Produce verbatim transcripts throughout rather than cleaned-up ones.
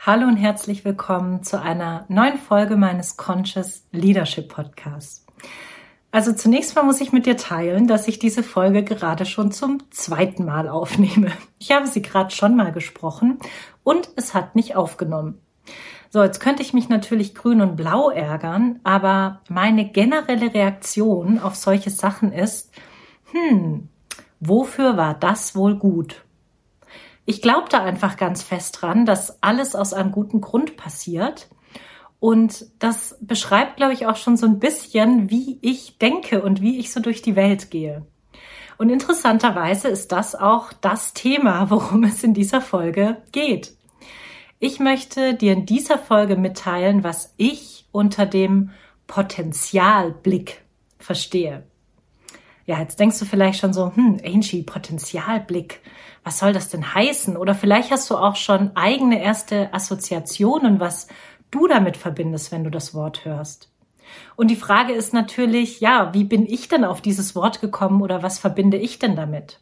Hallo und herzlich willkommen zu einer neuen Folge meines Conscious Leadership Podcasts. Also zunächst mal muss ich mit dir teilen, dass ich diese Folge gerade schon zum zweiten Mal aufnehme. Ich habe sie gerade schon mal gesprochen und es hat nicht aufgenommen. So, jetzt könnte ich mich natürlich grün und blau ärgern, aber meine generelle Reaktion auf solche Sachen ist, hm, wofür war das wohl gut? Ich glaube da einfach ganz fest dran, dass alles aus einem guten Grund passiert. Und das beschreibt, glaube ich, auch schon so ein bisschen, wie ich denke und wie ich so durch die Welt gehe. Und interessanterweise ist das auch das Thema, worum es in dieser Folge geht. Ich möchte dir in dieser Folge mitteilen, was ich unter dem Potenzialblick verstehe. Ja, jetzt denkst du vielleicht schon so, hm, Angie, Potenzialblick, was soll das denn heißen? Oder vielleicht hast du auch schon eigene erste Assoziationen, was du damit verbindest, wenn du das Wort hörst. Und die Frage ist natürlich, ja, wie bin ich denn auf dieses Wort gekommen oder was verbinde ich denn damit?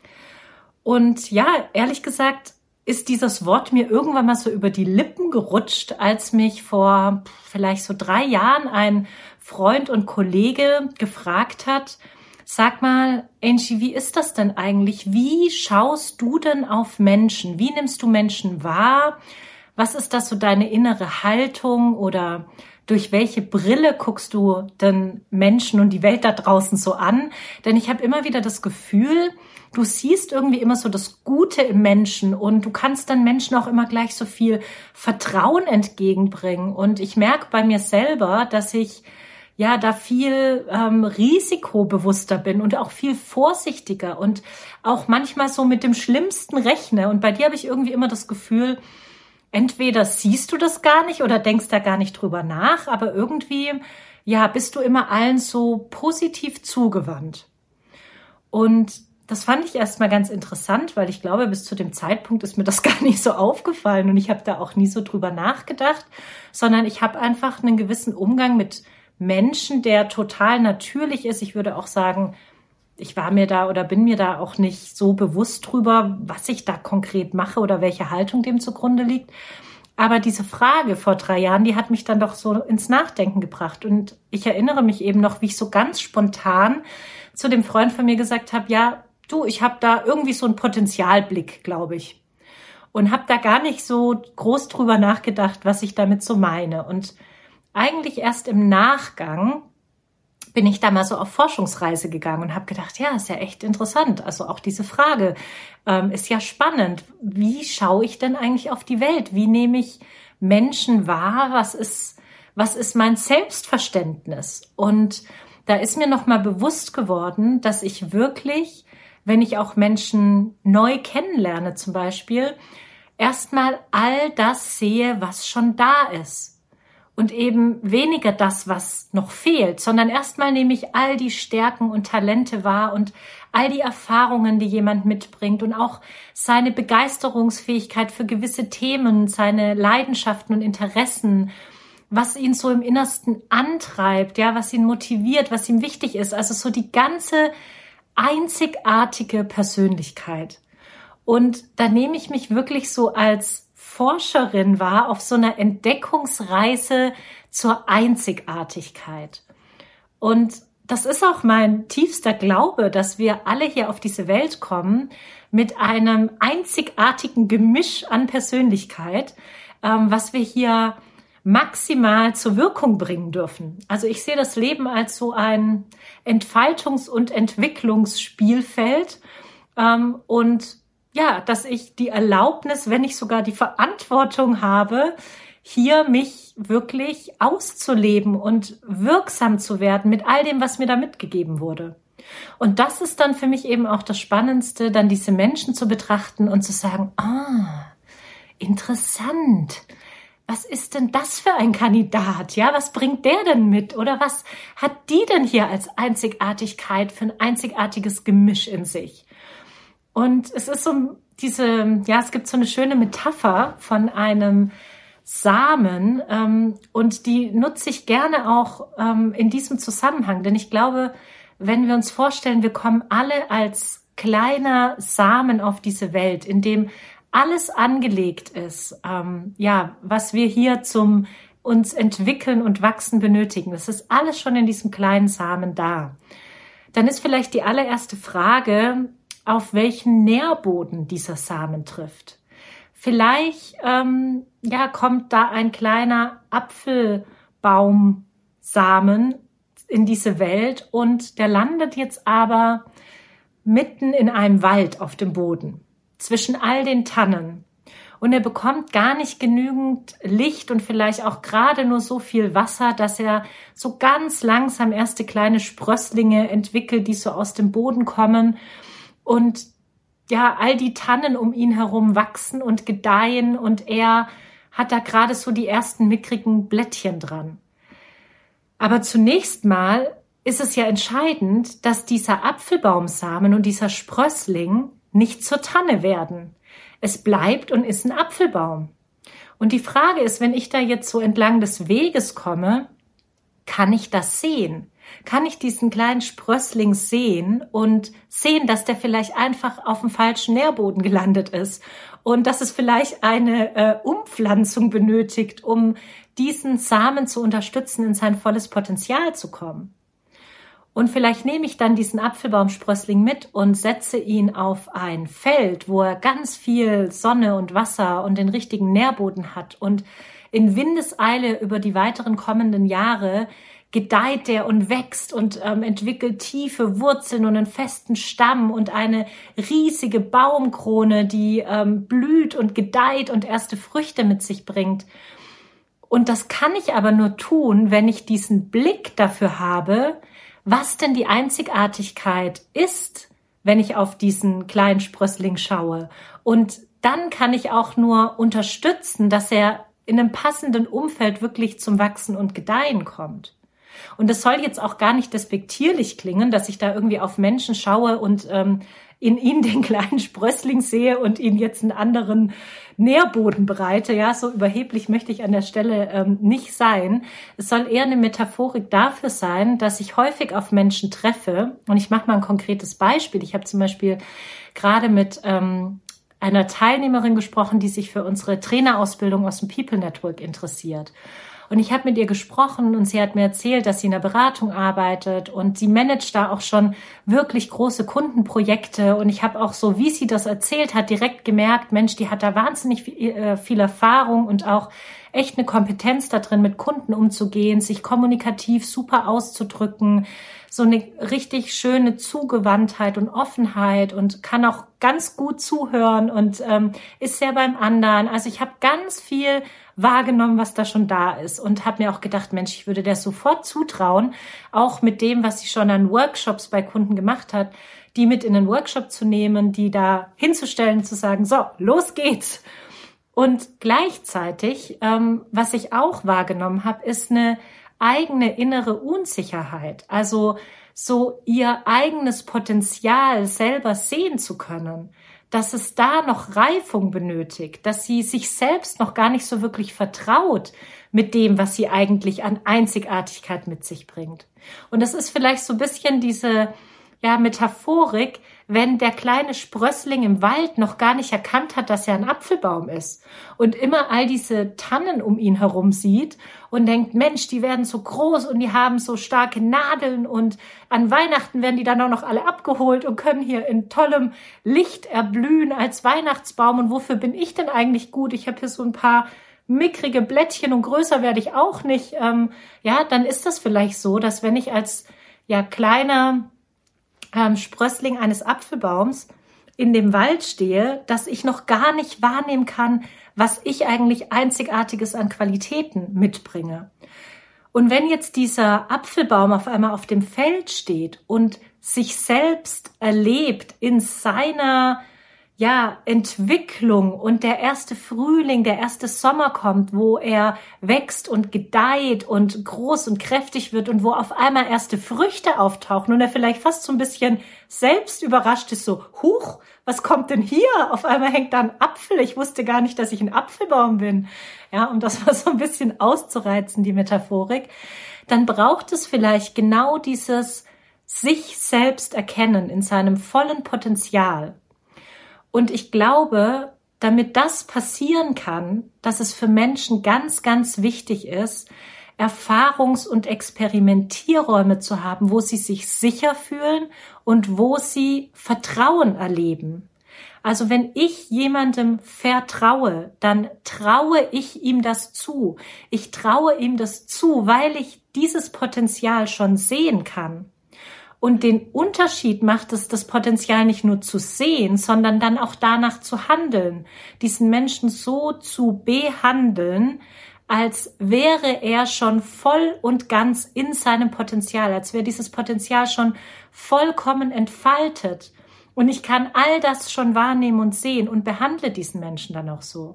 Und ja, ehrlich gesagt, ist dieses Wort mir irgendwann mal so über die Lippen gerutscht, als mich vor vielleicht so drei Jahren ein Freund und Kollege gefragt hat, sag mal, Angie, wie ist das denn eigentlich? Wie schaust du denn auf Menschen? Wie nimmst du Menschen wahr? Was ist das so deine innere Haltung oder durch welche Brille guckst du denn Menschen und die Welt da draußen so an? Denn ich habe immer wieder das Gefühl, du siehst irgendwie immer so das Gute im Menschen und du kannst dann Menschen auch immer gleich so viel Vertrauen entgegenbringen. Und ich merke bei mir selber, dass ich ja da viel ähm, risikobewusster bin und auch viel vorsichtiger und auch manchmal so mit dem Schlimmsten rechne. Und bei dir habe ich irgendwie immer das Gefühl, entweder siehst du das gar nicht oder denkst da gar nicht drüber nach, aber irgendwie ja bist du immer allen so positiv zugewandt. Und das fand ich erstmal ganz interessant, weil ich glaube, bis zu dem Zeitpunkt ist mir das gar nicht so aufgefallen und ich habe da auch nie so drüber nachgedacht, sondern ich habe einfach einen gewissen Umgang mit Menschen, der total natürlich ist. Ich würde auch sagen, ich war mir da oder bin mir da auch nicht so bewusst drüber, was ich da konkret mache oder welche Haltung dem zugrunde liegt. Aber diese Frage vor drei Jahren, die hat mich dann doch so ins Nachdenken gebracht. Und ich erinnere mich eben noch, wie ich so ganz spontan zu dem Freund von mir gesagt habe, ja, du, ich habe da irgendwie so einen Potenzialblick, glaube ich. Und habe da gar nicht so groß drüber nachgedacht, was ich damit so meine. Und eigentlich erst im Nachgang bin ich da mal so auf Forschungsreise gegangen und habe gedacht, ja, ist ja echt interessant. Also auch diese Frage ähm, ist ja spannend. Wie schaue ich denn eigentlich auf die Welt? Wie nehme ich Menschen wahr? Was ist, was ist mein Selbstverständnis? Und da ist mir nochmal bewusst geworden, dass ich wirklich, wenn ich auch Menschen neu kennenlerne zum Beispiel, erstmal all das sehe, was schon da ist. Und eben weniger das, was noch fehlt, sondern erstmal nehme ich all die Stärken und Talente wahr und all die Erfahrungen, die jemand mitbringt und auch seine Begeisterungsfähigkeit für gewisse Themen, seine Leidenschaften und Interessen, was ihn so im Innersten antreibt, ja, was ihn motiviert, was ihm wichtig ist. Also so die ganze einzigartige Persönlichkeit. Und da nehme ich mich wirklich so als Forscherin war auf so einer Entdeckungsreise zur Einzigartigkeit. Und das ist auch mein tiefster Glaube, dass wir alle hier auf diese Welt kommen mit einem einzigartigen Gemisch an Persönlichkeit, ähm, was wir hier maximal zur Wirkung bringen dürfen. Also ich sehe das Leben als so ein Entfaltungs- und Entwicklungsspielfeld ähm, und ja, dass ich die Erlaubnis, wenn nicht sogar die Verantwortung habe, hier mich wirklich auszuleben und wirksam zu werden mit all dem, was mir da mitgegeben wurde. Und das ist dann für mich eben auch das Spannendste, dann diese Menschen zu betrachten und zu sagen, ah, interessant. Was ist denn das für ein Kandidat? Ja, was bringt der denn mit? Oder was hat die denn hier als Einzigartigkeit für ein einzigartiges Gemisch in sich? Und es ist so diese, ja, es gibt so eine schöne Metapher von einem Samen ähm, und die nutze ich gerne auch ähm, in diesem Zusammenhang, denn ich glaube, wenn wir uns vorstellen, wir kommen alle als kleiner Samen auf diese Welt, in dem alles angelegt ist, ähm, ja, was wir hier zum uns entwickeln und wachsen benötigen, das ist alles schon in diesem kleinen Samen da. Dann ist vielleicht die allererste Frage, auf welchen Nährboden dieser Samen trifft. Vielleicht ähm, ja, kommt da ein kleiner Apfelbaumsamen in diese Welt und der landet jetzt aber mitten in einem Wald auf dem Boden, zwischen all den Tannen. Und er bekommt gar nicht genügend Licht und vielleicht auch gerade nur so viel Wasser, dass er so ganz langsam erste kleine Sprösslinge entwickelt, die so aus dem Boden kommen. Und ja, all die Tannen um ihn herum wachsen und gedeihen und er hat da gerade so die ersten mickrigen Blättchen dran. Aber zunächst mal ist es ja entscheidend, dass dieser Apfelbaumsamen und dieser Sprössling nicht zur Tanne werden. Es bleibt und ist ein Apfelbaum. Und die Frage ist, wenn ich da jetzt so entlang des Weges komme, kann ich das sehen? Kann ich diesen kleinen Sprössling sehen und sehen, dass der vielleicht einfach auf dem falschen Nährboden gelandet ist und dass es vielleicht eine äh, Umpflanzung benötigt, um diesen Samen zu unterstützen, in sein volles Potenzial zu kommen? Und vielleicht nehme ich dann diesen Apfelbaumsprössling mit und setze ihn auf ein Feld, wo er ganz viel Sonne und Wasser und den richtigen Nährboden hat. Und in Windeseile über die weiteren kommenden Jahre gedeiht er und wächst und ähm, entwickelt tiefe Wurzeln und einen festen Stamm und eine riesige Baumkrone, die ähm, blüht und gedeiht und erste Früchte mit sich bringt. Und das kann ich aber nur tun, wenn ich diesen Blick dafür habe, was denn die Einzigartigkeit ist, wenn ich auf diesen kleinen Sprössling schaue. Und dann kann ich auch nur unterstützen, dass er in einem passenden Umfeld wirklich zum Wachsen und Gedeihen kommt. Und das soll jetzt auch gar nicht despektierlich klingen, dass ich da irgendwie auf Menschen schaue und ähm, in ihnen den kleinen Sprössling sehe und ihnen jetzt einen anderen Nährboden bereite. Ja, so überheblich möchte ich an der Stelle ähm, nicht sein. Es soll eher eine Metaphorik dafür sein, dass ich häufig auf Menschen treffe. Und ich mache mal ein konkretes Beispiel. Ich habe zum Beispiel gerade mit ähm, einer Teilnehmerin gesprochen, die sich für unsere Trainerausbildung aus dem People Network interessiert. Und ich habe mit ihr gesprochen und sie hat mir erzählt, dass sie in der Beratung arbeitet und sie managt da auch schon wirklich große Kundenprojekte. Und ich habe auch so, wie sie das erzählt hat, direkt gemerkt, Mensch, die hat da wahnsinnig viel, äh, viel Erfahrung und auch echt eine Kompetenz da drin, mit Kunden umzugehen, sich kommunikativ super auszudrücken, so eine richtig schöne Zugewandtheit und Offenheit und kann auch ganz gut zuhören und ähm, ist sehr beim anderen. Also ich habe ganz viel wahrgenommen, was da schon da ist und habe mir auch gedacht, Mensch, ich würde der sofort zutrauen, auch mit dem, was sie schon an Workshops bei Kunden gemacht hat, die mit in den Workshop zu nehmen, die da hinzustellen, zu sagen, so, los geht's. Und gleichzeitig, ähm, was ich auch wahrgenommen habe, ist eine eigene innere Unsicherheit. Also so ihr eigenes Potenzial selber sehen zu können, dass es da noch Reifung benötigt, dass sie sich selbst noch gar nicht so wirklich vertraut mit dem, was sie eigentlich an Einzigartigkeit mit sich bringt. Und das ist vielleicht so ein bisschen diese ja, Metaphorik, wenn der kleine Sprössling im Wald noch gar nicht erkannt hat, dass er ein Apfelbaum ist und immer all diese Tannen um ihn herum sieht und denkt, Mensch, die werden so groß und die haben so starke Nadeln und an Weihnachten werden die dann auch noch alle abgeholt und können hier in tollem Licht erblühen als Weihnachtsbaum. Und wofür bin ich denn eigentlich gut? Ich habe hier so ein paar mickrige Blättchen und größer werde ich auch nicht. Ähm, ja, dann ist das vielleicht so, dass wenn ich als ja kleiner ähm, Sprössling eines Apfelbaums in dem Wald stehe, dass ich noch gar nicht wahrnehmen kann, was ich eigentlich Einzigartiges an Qualitäten mitbringe. Und wenn jetzt dieser Apfelbaum auf einmal auf dem Feld steht und sich selbst erlebt in seiner ja, Entwicklung und der erste Frühling, der erste Sommer kommt, wo er wächst und gedeiht und groß und kräftig wird und wo auf einmal erste Früchte auftauchen und er vielleicht fast so ein bisschen selbst überrascht ist, so, huch, was kommt denn hier? Auf einmal hängt da ein Apfel. Ich wusste gar nicht, dass ich ein Apfelbaum bin. Ja, um das mal so ein bisschen auszureizen, die Metaphorik. Dann braucht es vielleicht genau dieses sich selbst erkennen in seinem vollen Potenzial. Und ich glaube, damit das passieren kann, dass es für Menschen ganz, ganz wichtig ist, Erfahrungs- und Experimentierräume zu haben, wo sie sich sicher fühlen und wo sie Vertrauen erleben. Also wenn ich jemandem vertraue, dann traue ich ihm das zu. Ich traue ihm das zu, weil ich dieses Potenzial schon sehen kann. Und den Unterschied macht es, das Potenzial nicht nur zu sehen, sondern dann auch danach zu handeln, diesen Menschen so zu behandeln, als wäre er schon voll und ganz in seinem Potenzial, als wäre dieses Potenzial schon vollkommen entfaltet. Und ich kann all das schon wahrnehmen und sehen und behandle diesen Menschen dann auch so.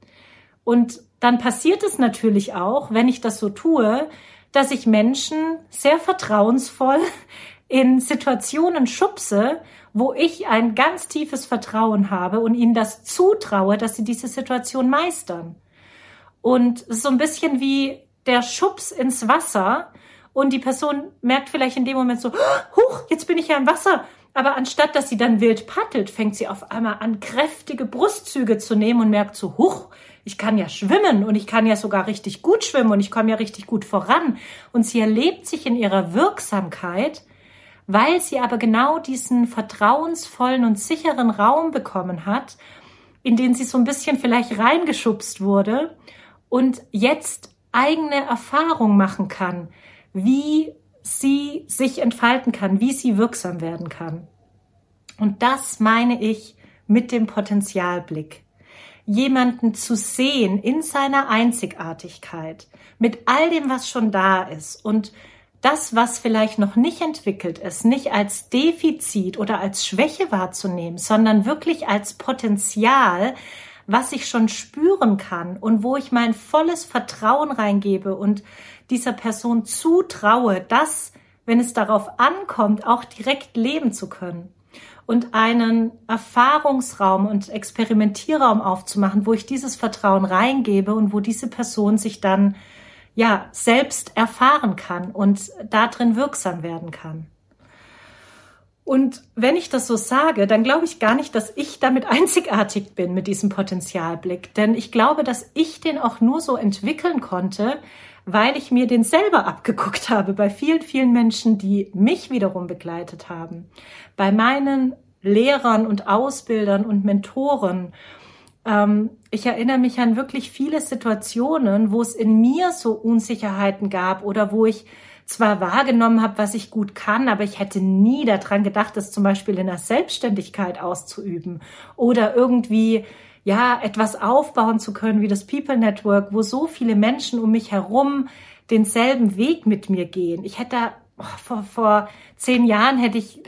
Und dann passiert es natürlich auch, wenn ich das so tue, dass ich Menschen sehr vertrauensvoll in Situationen schubse, wo ich ein ganz tiefes Vertrauen habe und ihnen das zutraue, dass sie diese Situation meistern. Und es ist so ein bisschen wie der Schubs ins Wasser und die Person merkt vielleicht in dem Moment so, huch, jetzt bin ich ja im Wasser. Aber anstatt, dass sie dann wild paddelt, fängt sie auf einmal an, kräftige Brustzüge zu nehmen und merkt so, huch, ich kann ja schwimmen und ich kann ja sogar richtig gut schwimmen und ich komme ja richtig gut voran. Und sie erlebt sich in ihrer Wirksamkeit, weil sie aber genau diesen vertrauensvollen und sicheren Raum bekommen hat, in den sie so ein bisschen vielleicht reingeschubst wurde und jetzt eigene Erfahrung machen kann, wie sie sich entfalten kann, wie sie wirksam werden kann. Und das meine ich mit dem Potenzialblick. Jemanden zu sehen in seiner Einzigartigkeit, mit all dem, was schon da ist und das, was vielleicht noch nicht entwickelt ist, nicht als Defizit oder als Schwäche wahrzunehmen, sondern wirklich als Potenzial, was ich schon spüren kann und wo ich mein volles Vertrauen reingebe und dieser Person zutraue, das, wenn es darauf ankommt, auch direkt leben zu können. Und einen Erfahrungsraum und Experimentierraum aufzumachen, wo ich dieses Vertrauen reingebe und wo diese Person sich dann ja selbst erfahren kann und darin wirksam werden kann. Und wenn ich das so sage, dann glaube ich gar nicht, dass ich damit einzigartig bin mit diesem Potenzialblick. Denn ich glaube, dass ich den auch nur so entwickeln konnte, weil ich mir den selber abgeguckt habe bei vielen, vielen Menschen, die mich wiederum begleitet haben. Bei meinen Lehrern und Ausbildern und Mentoren. Ähm, ich erinnere mich an wirklich viele Situationen, wo es in mir so Unsicherheiten gab oder wo ich zwar wahrgenommen habe, was ich gut kann, aber ich hätte nie daran gedacht, das zum Beispiel in der Selbstständigkeit auszuüben oder irgendwie ja etwas aufbauen zu können wie das People Network, wo so viele Menschen um mich herum denselben Weg mit mir gehen. Ich hätte da, oh, vor, vor zehn Jahren hätte ich äh,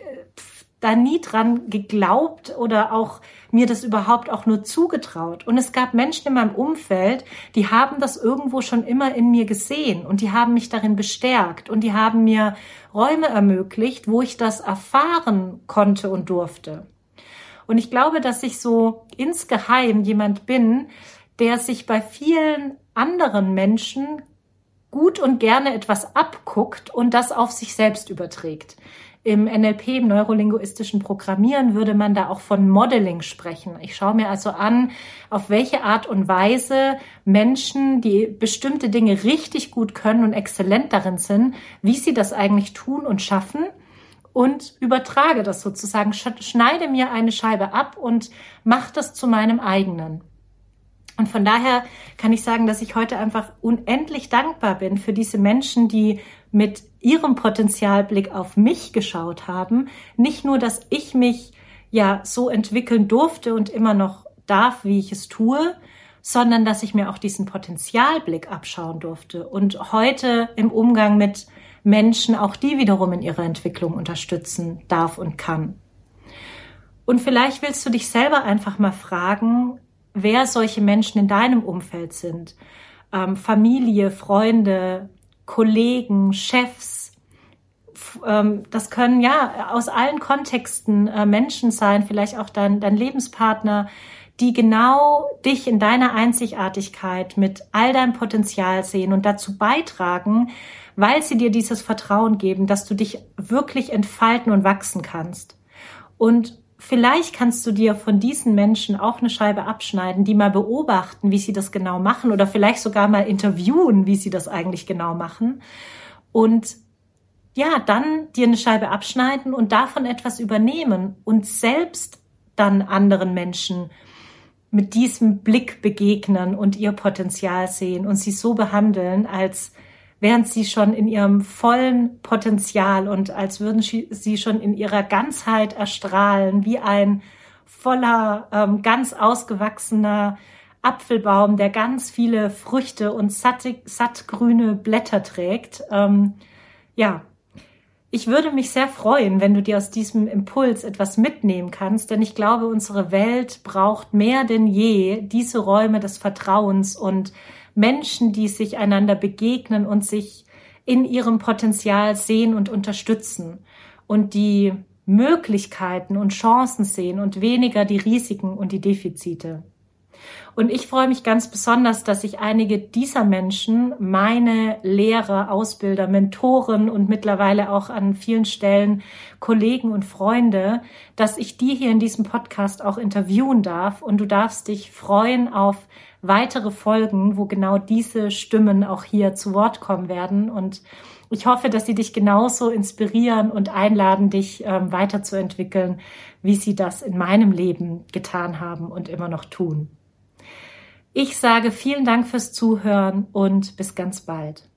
da nie dran geglaubt oder auch mir das überhaupt auch nur zugetraut. Und es gab Menschen in meinem Umfeld, die haben das irgendwo schon immer in mir gesehen und die haben mich darin bestärkt und die haben mir Räume ermöglicht, wo ich das erfahren konnte und durfte. Und ich glaube, dass ich so insgeheim jemand bin, der sich bei vielen anderen Menschen gut und gerne etwas abguckt und das auf sich selbst überträgt. Im N L P, im neurolinguistischen Programmieren, würde man da auch von Modeling sprechen. Ich schaue mir also an, auf welche Art und Weise Menschen, die bestimmte Dinge richtig gut können und exzellent darin sind, wie sie das eigentlich tun und schaffen und übertrage das sozusagen, schneide mir eine Scheibe ab und mache das zu meinem eigenen. Und von daher kann ich sagen, dass ich heute einfach unendlich dankbar bin für diese Menschen, die mit ihrem Potenzialblick auf mich geschaut haben. Nicht nur, dass ich mich ja so entwickeln durfte und immer noch darf, wie ich es tue, sondern dass ich mir auch diesen Potenzialblick abschauen durfte und heute im Umgang mit Menschen auch die wiederum in ihrer Entwicklung unterstützen darf und kann. Und vielleicht willst du dich selber einfach mal fragen, wer solche Menschen in deinem Umfeld sind. Ähm, Familie, Freunde, Kollegen, Chefs. Ähm, das können ja aus allen Kontexten äh, Menschen sein, vielleicht auch dein, dein Lebenspartner, die genau dich in deiner Einzigartigkeit mit all deinem Potenzial sehen und dazu beitragen, weil sie dir dieses Vertrauen geben, dass du dich wirklich entfalten und wachsen kannst. Und vielleicht kannst du dir von diesen Menschen auch eine Scheibe abschneiden, die mal beobachten, wie sie das genau machen oder vielleicht sogar mal interviewen, wie sie das eigentlich genau machen. Und ja, dann dir eine Scheibe abschneiden und davon etwas übernehmen und selbst dann anderen Menschen mit diesem Blick begegnen und ihr Potenzial sehen und sie so behandeln, als wären sie schon in ihrem vollen Potenzial und als würden sie schon in ihrer Ganzheit erstrahlen, wie ein voller, ähm, ganz ausgewachsener Apfelbaum, der ganz viele Früchte und sattig, sattgrüne Blätter trägt. Ähm, ja, ich würde mich sehr freuen, wenn du dir aus diesem Impuls etwas mitnehmen kannst, denn ich glaube, unsere Welt braucht mehr denn je diese Räume des Vertrauens und Menschen, die sich einander begegnen und sich in ihrem Potenzial sehen und unterstützen und die Möglichkeiten und Chancen sehen und weniger die Risiken und die Defizite. Und ich freue mich ganz besonders, dass ich einige dieser Menschen, meine Lehrer, Ausbilder, Mentoren und mittlerweile auch an vielen Stellen Kollegen und Freunde, dass ich die hier in diesem Podcast auch interviewen darf. Und du darfst dich freuen auf weitere Folgen, wo genau diese Stimmen auch hier zu Wort kommen werden. Und ich hoffe, dass sie dich genauso inspirieren und einladen, dich ähm, weiterzuentwickeln, wie sie das in meinem Leben getan haben und immer noch tun. Ich sage vielen Dank fürs Zuhören und bis ganz bald.